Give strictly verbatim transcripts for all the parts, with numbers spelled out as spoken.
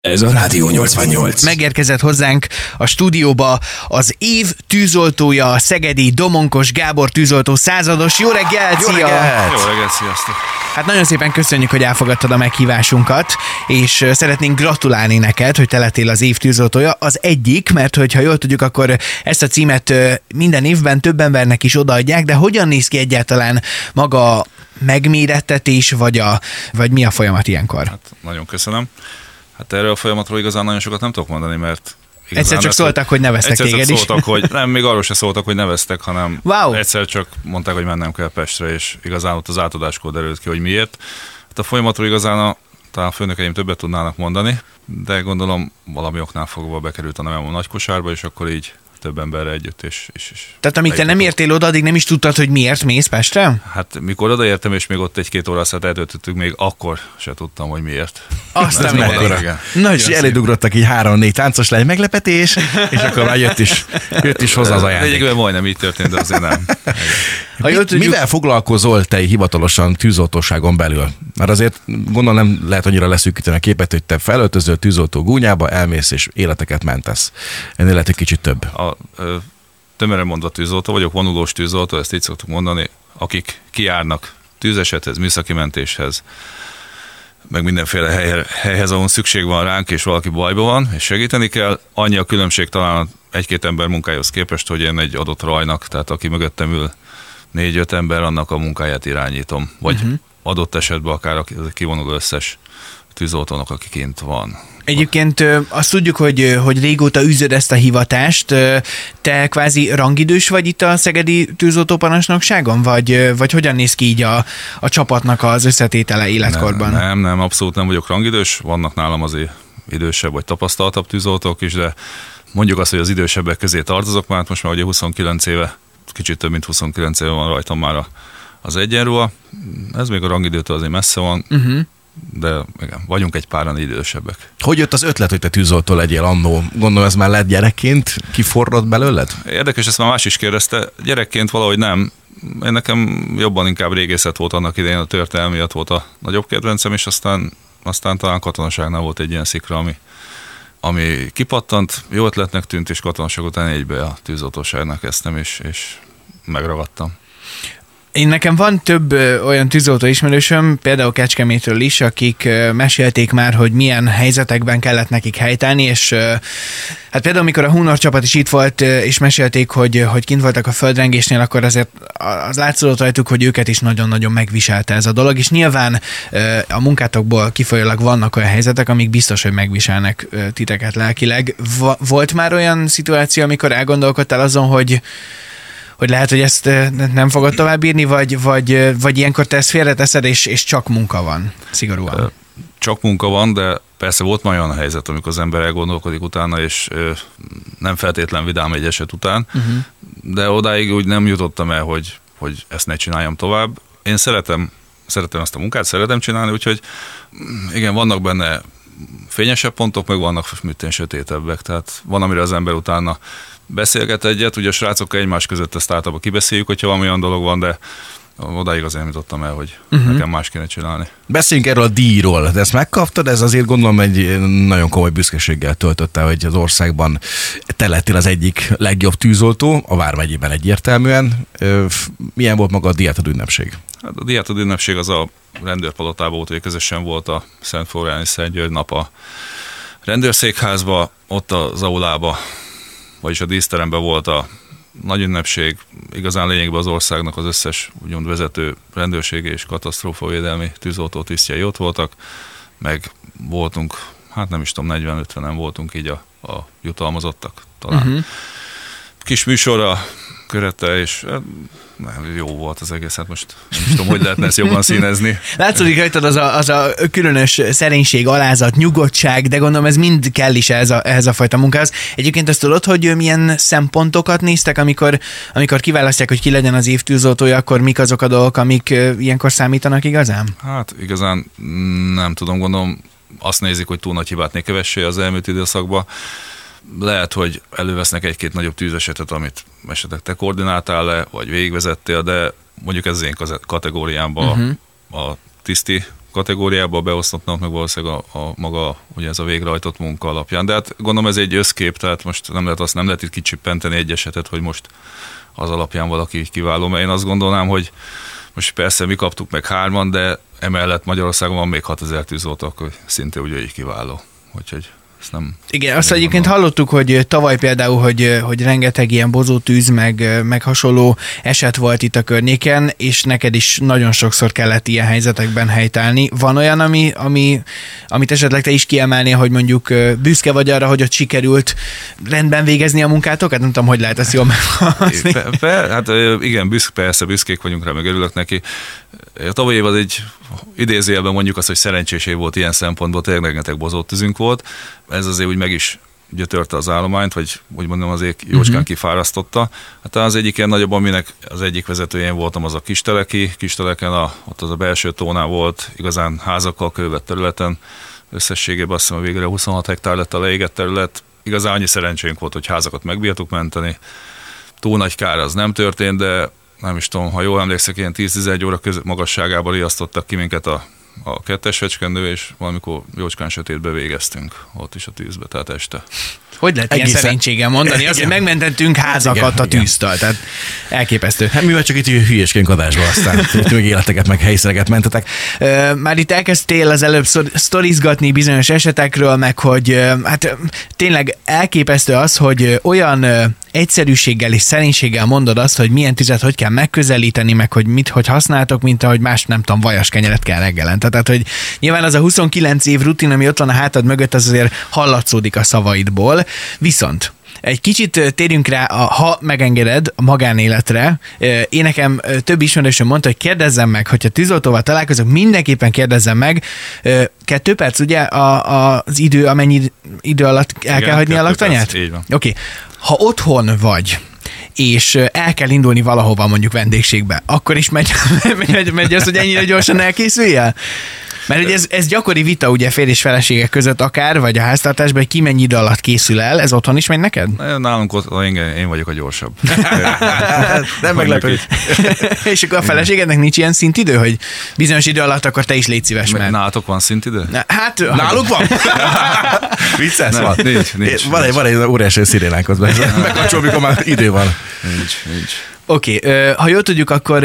Ez a Rádió nyolcvannyolc. Megérkezett hozzánk a stúdióba az év tűzoltója, a szegedi Domonkos Gábor tűzoltó százados. Jó reggelt, Jó szia! reggelt! Jó reggelt, sziasztok! Hát nagyon szépen köszönjük, hogy elfogadtad a meghívásunkat, és szeretnénk gratulálni neked, hogy te lettél az év tűzoltója. Az egyik, mert hogyha jól tudjuk, akkor ezt a címet minden évben több embernek is odaadják, de hogyan néz ki egyáltalán maga megmérettetés, vagy, a, vagy mi a folyamat ilyenkor? Hát nagyon köszönöm. Hát erről a folyamatról igazán nagyon sokat nem tudok mondani, mert egyszer csak szóltak, hogy neveztek egyszer téged csak is. Szóltak, hogy, nem, még arról se szóltak, hogy neveztek, hanem Wow. egyszer csak mondták, hogy mennem kell Pestre, és igazán ott az átadáskor derült ki, hogy miért. Hát a folyamatról igazán a, talán a főnökeim többet tudnának mondani, de gondolom valami oknál fogva bekerült a nevem a nagykosárba, és akkor így több emberre együtt, és... és, és Tehát amíg te nem értél oda, addig nem is tudtad, hogy miért mész Pestre? Hát mikor odaértem, és még ott egy-két órát eltöltöttük, még akkor se tudtam, hogy miért. Azt Ez nem mekkora. értem. Nagyon És szép. elédugrottak így három-négy táncos lány meglepetés, és akkor már jött is, jött is hozzá az ajándék. Lényegében majdnem így történt, de azért nem. Ha jól tudjuk, Mivel foglalkozol te hivatalosan tűzoltóságon belül? Mert azért gondolom nem lehet annyira leszűkíteni a képet, hogy te felöltözöl tűzoltó gúnyába, elmész és életeket mentesz. Ennél lehet egy kicsit több. A, ö, tömören mondva tűzoltó vagyok, vonulós tűzoltó, ezt így szoktuk mondani, akik kijárnak tűzesethez, műszaki mentéshez, meg mindenféle hely, helyhez, ahol szükség van ránk, és valaki bajban van, és segíteni kell. Annyi a különbség talán egy-két ember munkájához képest, hogy én egy adott rajnak, tehát aki mögöttem ül négy-öt ember, annak a munkáját irányítom. Vagy uh-huh. adott esetben akár kivonul összes tűzoltónak, aki kint van. egyébként ö, azt tudjuk, hogy, ö, hogy régóta űzöd ezt a hivatást. Ö, Te kvázi rangidős vagy itt a szegedi tűzoltóparancsnokságon? Vagy, ö, vagy hogyan néz ki így a, a csapatnak az összetétele életkorban? Nem, nem, nem, abszolút nem vagyok rangidős. Vannak nálam azért idősebb vagy tapasztaltabb tűzoltók is, de mondjuk azt, hogy az idősebbek közé tartozok, mert most már ugye huszonkilenc éve, kicsit több mint huszonkilenc éve van rajtam már a, az egyenruha. Ez még a rangidőtől azért messze van, uh-huh. de igen, vagyunk egy páran idősebbek. Hogy jött az ötlet, hogy te tűzoltó legyél annó? Gondolom ez már lett gyerekként, kiforrott belőled? Érdekes, ezt már más is kérdezte. Gyerekként valahogy nem. Én nekem jobban inkább régészet volt annak idején, a történelem miatt volt a nagyobb kedvencem, és aztán, aztán talán katonaságnál volt egy ilyen szikra, ami, ami kipattant, jó ötletnek tűnt, és katonaság után egybe a tűzoltóságnak kezdtem, és, és megragadtam. Én nekem van több ö, olyan tűzoltó ismerősöm, például Kecskemétről is, akik ö, mesélték már, hogy milyen helyzetekben kellett nekik helytállni, és ö, hát például amikor a Hunor csapat is itt volt, ö, és mesélték, hogy, hogy kint voltak a földrengésnél, akkor azért az látszódott rajtuk, hogy őket is nagyon-nagyon megviselte ez a dolog, és nyilván ö, a munkátokból kifolyólag vannak olyan helyzetek, amik biztos, hogy megviselnek ö, titeket lelkileg. Va- volt már olyan szituáció, amikor elgondolkodtál azon, hogy hogy lehet, hogy ezt nem fogod tovább bírni, vagy, vagy, vagy ilyenkor te ezt félreteszed, és, és csak munka van, szigorúan? Csak munka van, de persze volt már olyan helyzet, amikor az ember elgondolkodik utána, és nem feltétlen vidám egy eset után, uh-huh. de odáig úgy nem jutottam el, hogy, hogy ezt ne csináljam tovább. Én szeretem, szeretem ezt a munkát, szeretem csinálni, úgyhogy igen, vannak benne fényesebb pontok, meg vannak műtén sötétebbek, tehát van, amire az ember utána beszélget egyet, ugye a srácokkal egymás között ezt általában kibeszéljük, hogyha valami olyan dolog van, de odáig azért jutottam el, hogy uh-huh. nekem más kéne csinálni. Beszéljünk erről a díjról. De ezt megkaptad, ez azért gondolom egy nagyon komoly büszkeséggel töltötte, hogy az országban te lettél az egyik legjobb tűzoltó, a Vármegyében egyértelműen. Milyen volt maga a díjátadó ünnepség? Hát a díjátadó ünnepség az a rendőrpalotában volt, hogy közösen volt a Szent Flórián és Szent György nap a rendőrszékházba, ott az aulába, vagyis a díszteremben volt a nagy ünnepség, igazán lényegben az országnak az összes úgymond vezető rendőrségi és katasztrófavédelmi tűzoltó tisztjei ott voltak, meg voltunk, hát nem is tudom, negyven-ötvenen voltunk így a, a jutalmazottak talán. Uh-huh. Kis műsorra körete, és nem, jó volt az egész, hát most nem is tudom, hogy lehetne ezt jobban színezni. Látszódik rajtad az a, az a különös szerénység, alázat, nyugodtság, de gondolom ez mind kell is ehhez a, ehhez a fajta munkához. Egyébként azt tudod, hogy milyen szempontokat néztek, amikor, amikor kiválasztják, hogy ki legyen az év tűzoltója, akkor mik azok a dolgok, amik ilyenkor számítanak igazán? Hát igazán nem tudom, gondolom azt nézik, hogy túl nagy hibát ne kövessél az elmúlt időszakban. Lehet, hogy elővesznek egy-két nagyobb tűzesetet, amit esetleg te koordináltál le, vagy végigvezettél, de mondjuk ez az én kategóriámban uh-huh. a tiszti kategóriába beosztottnak, meg valószínűleg a, a maga, ugye ez a végrehajtott munka alapján. De hát gondolom ez egy összkép, tehát most nem lehet azt nem lehet itt kicsippenteni egy esetet, hogy most az alapján valaki kiváló, mert én azt gondolnám, hogy most persze mi kaptuk meg hárman, de emellett Magyarországon van még hatezer tűzoltó, akkor szintén ugye így kiváló. Úgyhogy ezt nem... Igen, azt egyébként hallottuk, hogy tavaly például, hogy, hogy rengeteg ilyen bozótűz, meg, meg hasonló eset volt itt a környéken, és neked is nagyon sokszor kellett ilyen helyzetekben helytállni. Van olyan, ami, ami, amit esetleg te is kiemelnél, hogy mondjuk büszke vagy arra, hogy ott sikerült rendben végezni a munkátokat? Nem tudom, hogy lehet ezt jól megfogalmazni. Pe, pe, hát igen, büszk, persze büszkék vagyunk rá, meg örülök neki. A tavalyi év az egy idézőjelben mondjuk azt, hogy szerencsés év volt ilyen szempontból, tényleg rengeteg bozóttűzünk volt. Ez azért úgy meg is ugye törte az állományt, vagy úgy mondom azért jócskán uh-huh. kifárasztotta. Hát az egyik ilyen nagyobb, aminek az egyik vezetőjén voltam, az a Kisteleki. Kisteleken a, ott az a belső tónál volt, igazán házakkal körülvett területen. Összességében azt hiszem, a végre huszonhat hektár lett a leégett terület. Igazán annyi szerencsénk volt, hogy házakat megbírtuk menteni. Túl nagy kár az nem történt, de nem is tudom, ha jól emlékszek, ilyen tíz-tizenegy óra köz- magasságában riasztottak ki minket a, a kettes fecskendő, és valamikor jócskán sötétbe végeztünk ott is a tűzbe, tehát este. Hogy lehet ilyen szerencséggel mondani? Azt, hogy megmentettünk házakat a tűztől, tehát elképesztő. Hát mi vagy csak itt hülyésként adásba, aztán itt még életeket, meg helyszereket mentetek. Már itt elkezdtél az előbb sztorizgatni bizonyos esetekről, meg hogy hát tényleg elképesztő az, hogy olyan egyszerűséggel és szerénységgel mondod azt, hogy milyen tüzet hogy kell megközelíteni, meg hogy mit, hogy használtok, mint ahogy más, nem tudom, vajas kenyeret kell reggelente. Tehát, hogy nyilván az a huszonkilenc év rutin, ami ott van a hátad mögött, az azért hallatszódik a szavaidból. Viszont egy kicsit térjünk rá, a, ha megengeded, a magánéletre. Én nekem több ismerősöm mondta, hogy kérdezzem meg, hogyha tűzoltóval találkozok, mindenképpen kérdezzem meg. Kettő perc, ugye a, a, az idő, amennyi idő alatt el Igen, kell hagyni a laktanyát? Oké. Okay. Ha otthon vagy, és el kell indulni valahova, mondjuk vendégségbe, akkor is megy, megy, megy az, hogy ennyire gyorsan elkészüljél? Mert ugye ez, ez gyakori vita ugye férj és feleségek között akár, vagy a háztartásban, hogy ki mennyi idő alatt készül el, ez otthon is megy neked? Nálunk ott, én, én vagyok a gyorsabb. Nem meglepő. És akkor a feleségednek nincs ilyen szintidő, hogy bizonyos idő alatt akkor te is légy szíves, mert... Nálatok van szintidő? Na, hát... Náluk van? Vicces van? Nincs, nincs. Van egy, van egy óriási szirénánk, az bekapcsol, mikor már idő van. Nincs, nincs. Oké, okay, ha jól tudjuk, akkor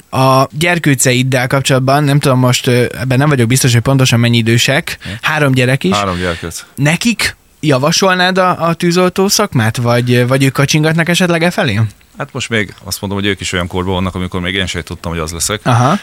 a gyerkőceiddel kapcsolatban, nem tudom most, ebben nem vagyok biztos, hogy pontosan mennyi idősek, három gyerek is. Három gyerkőc. Nekik javasolnád a, a tűzoltó szakmát, vagy, vagy ők kacsingatnak esetleg e felé? Hát most még azt mondom, hogy ők is olyan korban vannak, amikor még én sem tudtam, hogy az leszek. Aha.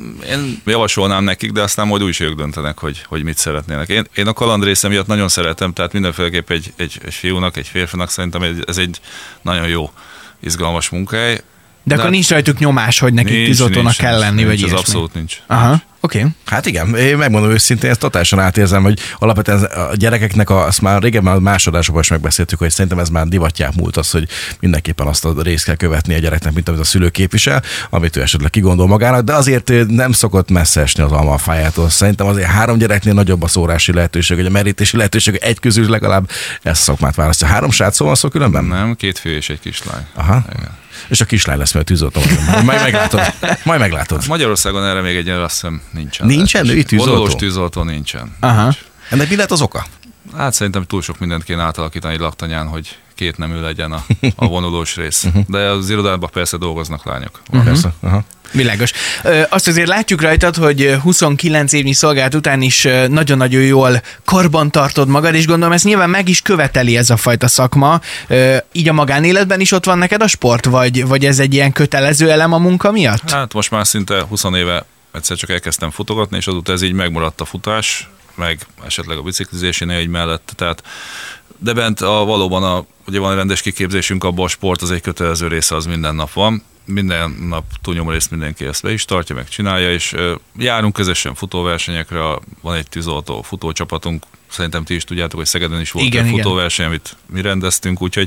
Én javasolnám nekik, de aztán majd úgy is ők döntenek, hogy, hogy mit szeretnének. Én, én a kaland része miatt nagyon szeretem, tehát mindenféleképp egy, egy, egy fiúnak, egy férfinak szerintem ez egy nagyon jó, izgalmas munkahely. De, de akkor nincs rajtuk nyomás, hogy nekik tűzoltónak kell lenni, nincs, vagy nincs, ilyesmi. Abszolút nincs. Aha, oké. Okay. Hát igen, én megmondom őszintén, ezt totálisan átérzem, hogy alapvetően a gyerekeknek, a, azt már régen már másodásokban is megbeszéltük, hogy szerintem ez már divatják múlt az, hogy mindenképpen azt a részt kell követni a gyereknek, mint amit a szülő képvisel, amit ő esetleg kigondol magának, de azért nem szokott messze esni az alma a fájától. Szerintem azért három gyereknél nagyobb a szórási lehetőség, hogy a merítési lehetőség egy közül legalább ezt szakmát választja. Három srác szóval szó különben? Nem, két fiú és egy kislány. Aha. Igen. És a kislány lesz, mert tűzoltó. Majd meglátod. Majd meglátod. Magyarországon erre még egy azt hiszem nincsen. Nincsen női tűzoltó? Vonulós tűzoltó nincsen. Aha. Nincs. Ennek mi lett az oka? Hát szerintem túl sok mindent kéne átalakítani egy laktanyán, hogy két nemű legyen a, a vonulós rész. De az irodában persze dolgoznak lányok. Uh-huh. Persze. Aha. Világos. Azt azért látjuk rajtad, hogy huszonkilenc évnyi szolgálat után is nagyon-nagyon jól karban tartod magad, és gondolom ezt nyilván meg is követeli ez a fajta szakma. Így a magánéletben is ott van neked a sport, vagy, vagy ez egy ilyen kötelező elem a munka miatt? Hát most már szinte húsz éve egyszer csak elkezdtem futogatni, és azóta ez így megmaradt a futás, meg esetleg a biciklizésénél így mellett. Tehát, de bent a, valóban a, ugye van rendes kiképzésünk, abban a sport az egy kötelező része, az minden nap van. Minden nap túlnyomó részt mindenki ezt be is tartja, meg csinálja, és uh, járunk közösen futóversenyekre, van egy tűzoltó futócsapatunk, szerintem ti is tudjátok, hogy Szegeden is volt igen, egy futóverseny, amit mi rendeztünk, úgyhogy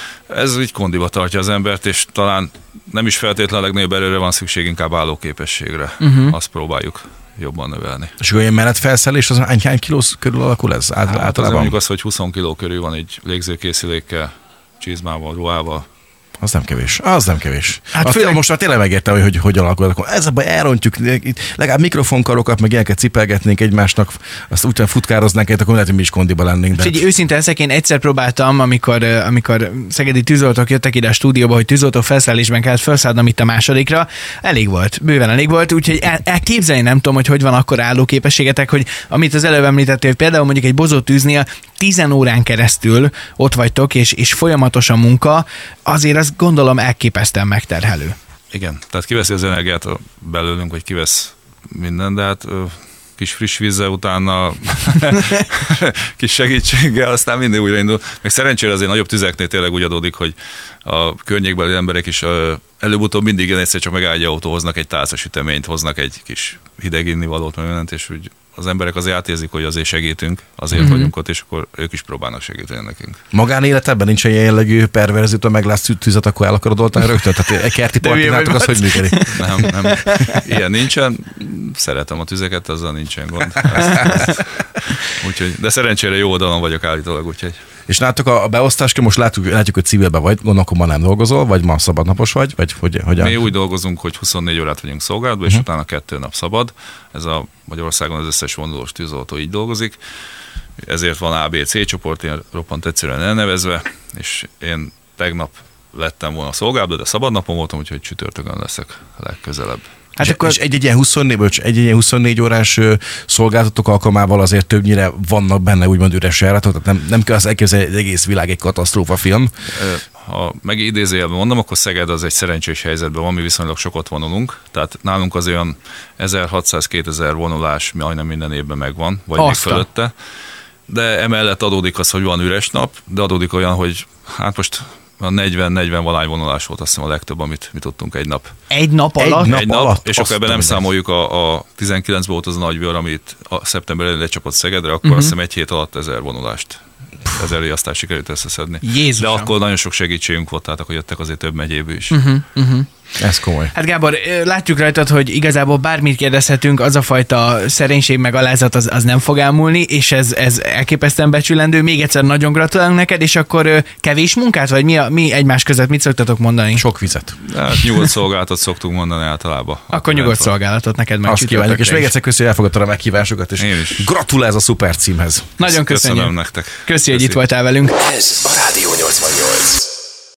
ez így kondiba tartja az embert, és talán nem is feltétlenül a legnagyobb erőre van szükség, inkább állóképességre. Uh-huh. Azt próbáljuk jobban növelni. És olyan menetfelszerelés, az hány kiló körül alakul ez át, hát általában? Mondjuk az, hogy húsz kiló körül van egy légzőkészülékkel, csizmával, ruhával. Az nem kevés. Az nem kevés. Hát Hát főleg... most már tényleg megértem, hogy hogy, hogy alakulnak. Ez a baj, elrontjuk, legalább mikrofonkarokat, meg ilyeneket cipelgetnénk egymásnak, azt úgy futkároznánk, akkor lehet, hogy mi is kondiba lennénk. De... Figyelj, őszinte leszek, én egyszer próbáltam, amikor, amikor szegedi tűzoltók jöttek ide a stúdióba, hogy tűzoltó felszállásban kellett felszállnom itt a másodikra. Elég volt, bőven elég volt, úgyhogy el, elképzelni nem tudom, hogy hogy van akkor állóképességetek, hogy amit az előbb említettél, hogy például mondjuk egy bozótűznél tizen órán keresztül ott vagytok, és, és folyamatos a munka, azért azt gondolom elképesztően megterhelő. Igen, tehát kiveszi az energiát belőlünk, vagy kivesz minden, de hát ö, kis friss vízzel utána, kis segítséggel, aztán mindig újraindul. Meg szerencsére azért nagyobb tüzeknél tényleg úgy adódik, hogy a környékbeli emberek is ö, előbb-utóbb mindig egyszer csak megáll egy autó, hoznak egy tálca süteményt, hoznak egy kis hideg innivalót, meg mindent, és úgy az emberek azért átérzik, hogy azért segítünk, azért mm-hmm. vagyunk ott, és akkor ők is próbálnak segíteni nekünk. Magánéletben nincs ilyen jellegű perverziótól, meglátsz tűzet, akkor el akarod oltani rögtön? Tehát egy kerti partinátok, az hogy működik? Nem, nem. Ilyen nincsen. Szeretem a tüzeket, azzal nincsen gond. Ezt, ezt. Úgyhogy, de szerencsére jó oldalon vagyok állítólag, úgyhogy. És láttuk a, a beosztást, most látjuk, látjuk, hogy civilben vagy, gondolom, akkor ma nem dolgozol, vagy ma szabadnapos vagy, vagy hogy, hogyan? Mi úgy dolgozunk, hogy huszonnégy órát vagyunk szolgálatban, uh-huh. és utána kettő nap szabad. Ez a Magyarországon az összes vonulós tűzoltó így dolgozik. Ezért van á bé cé csoport, ilyen roppant egyszerűen elnevezve, és én tegnap lettem volna szolgálatban, de szabad napon voltam, úgyhogy csütörtökön leszek legközelebb. Hát és akkor egy-egy ilyen huszonnégy, egy ilyen huszonnégy órás szolgáltatók alkalmával azért többnyire vannak benne úgymond üres járatok, tehát nem, nem kell azt elképzelni, hogy egy egész világ egy katasztrófa film. Ha meg idézőjelben mondom, akkor Szeged az egy szerencsés helyzetben van, mi viszonylag sokat vonulunk, tehát nálunk az olyan ezerhatszáz-kétezer vonulás majdnem minden évben megvan, vagy még fölötte. De emellett adódik az, hogy van üres nap, de adódik olyan, hogy hát most a negyven-negyven valány vonulás volt, azt hiszem a legtöbb, amit mi tudtunk egy nap. Egy nap alatt? Egy nap, egy nap alatt? és akkor ebben nem számoljuk a, a tizenkilencben volt az a nagy vihar, amit a szeptemberben lecsapott Szegedre, akkor uh-huh. azt hiszem egy hét alatt ezer vonulást, ezer riasztást sikerült összeszedni. Jézusom. De akkor nagyon sok segítségünk volt, tehát akkor jöttek azért több megyéből is. Uh-huh, uh-huh. Ez komoly. Hát Gábor, látjuk rajtad, hogy igazából bármit kérdezhetünk, az a fajta szerénység meg alázat az, az nem fog elmúlni, és ez, ez elképesztően becsülendő. Még egyszer nagyon gratulálunk neked, és akkor kevés munkát, vagy mi, a, mi egymás között mit szoktatok mondani? Sok vizet. Hát nyugodt szolgálatot szoktunk mondani általában. Akkor nyugodt szolgálatot neked meg. Azt kívánjuk, és még egyszer köszi, hogy elfogadtad a meghívásokat, és gratulál ez a szuper címhez. Nagyon köszönjük. Köszönöm nektek. Köszi, hogy itt voltál velünk. Ez a Rádió nyolcvannyolc.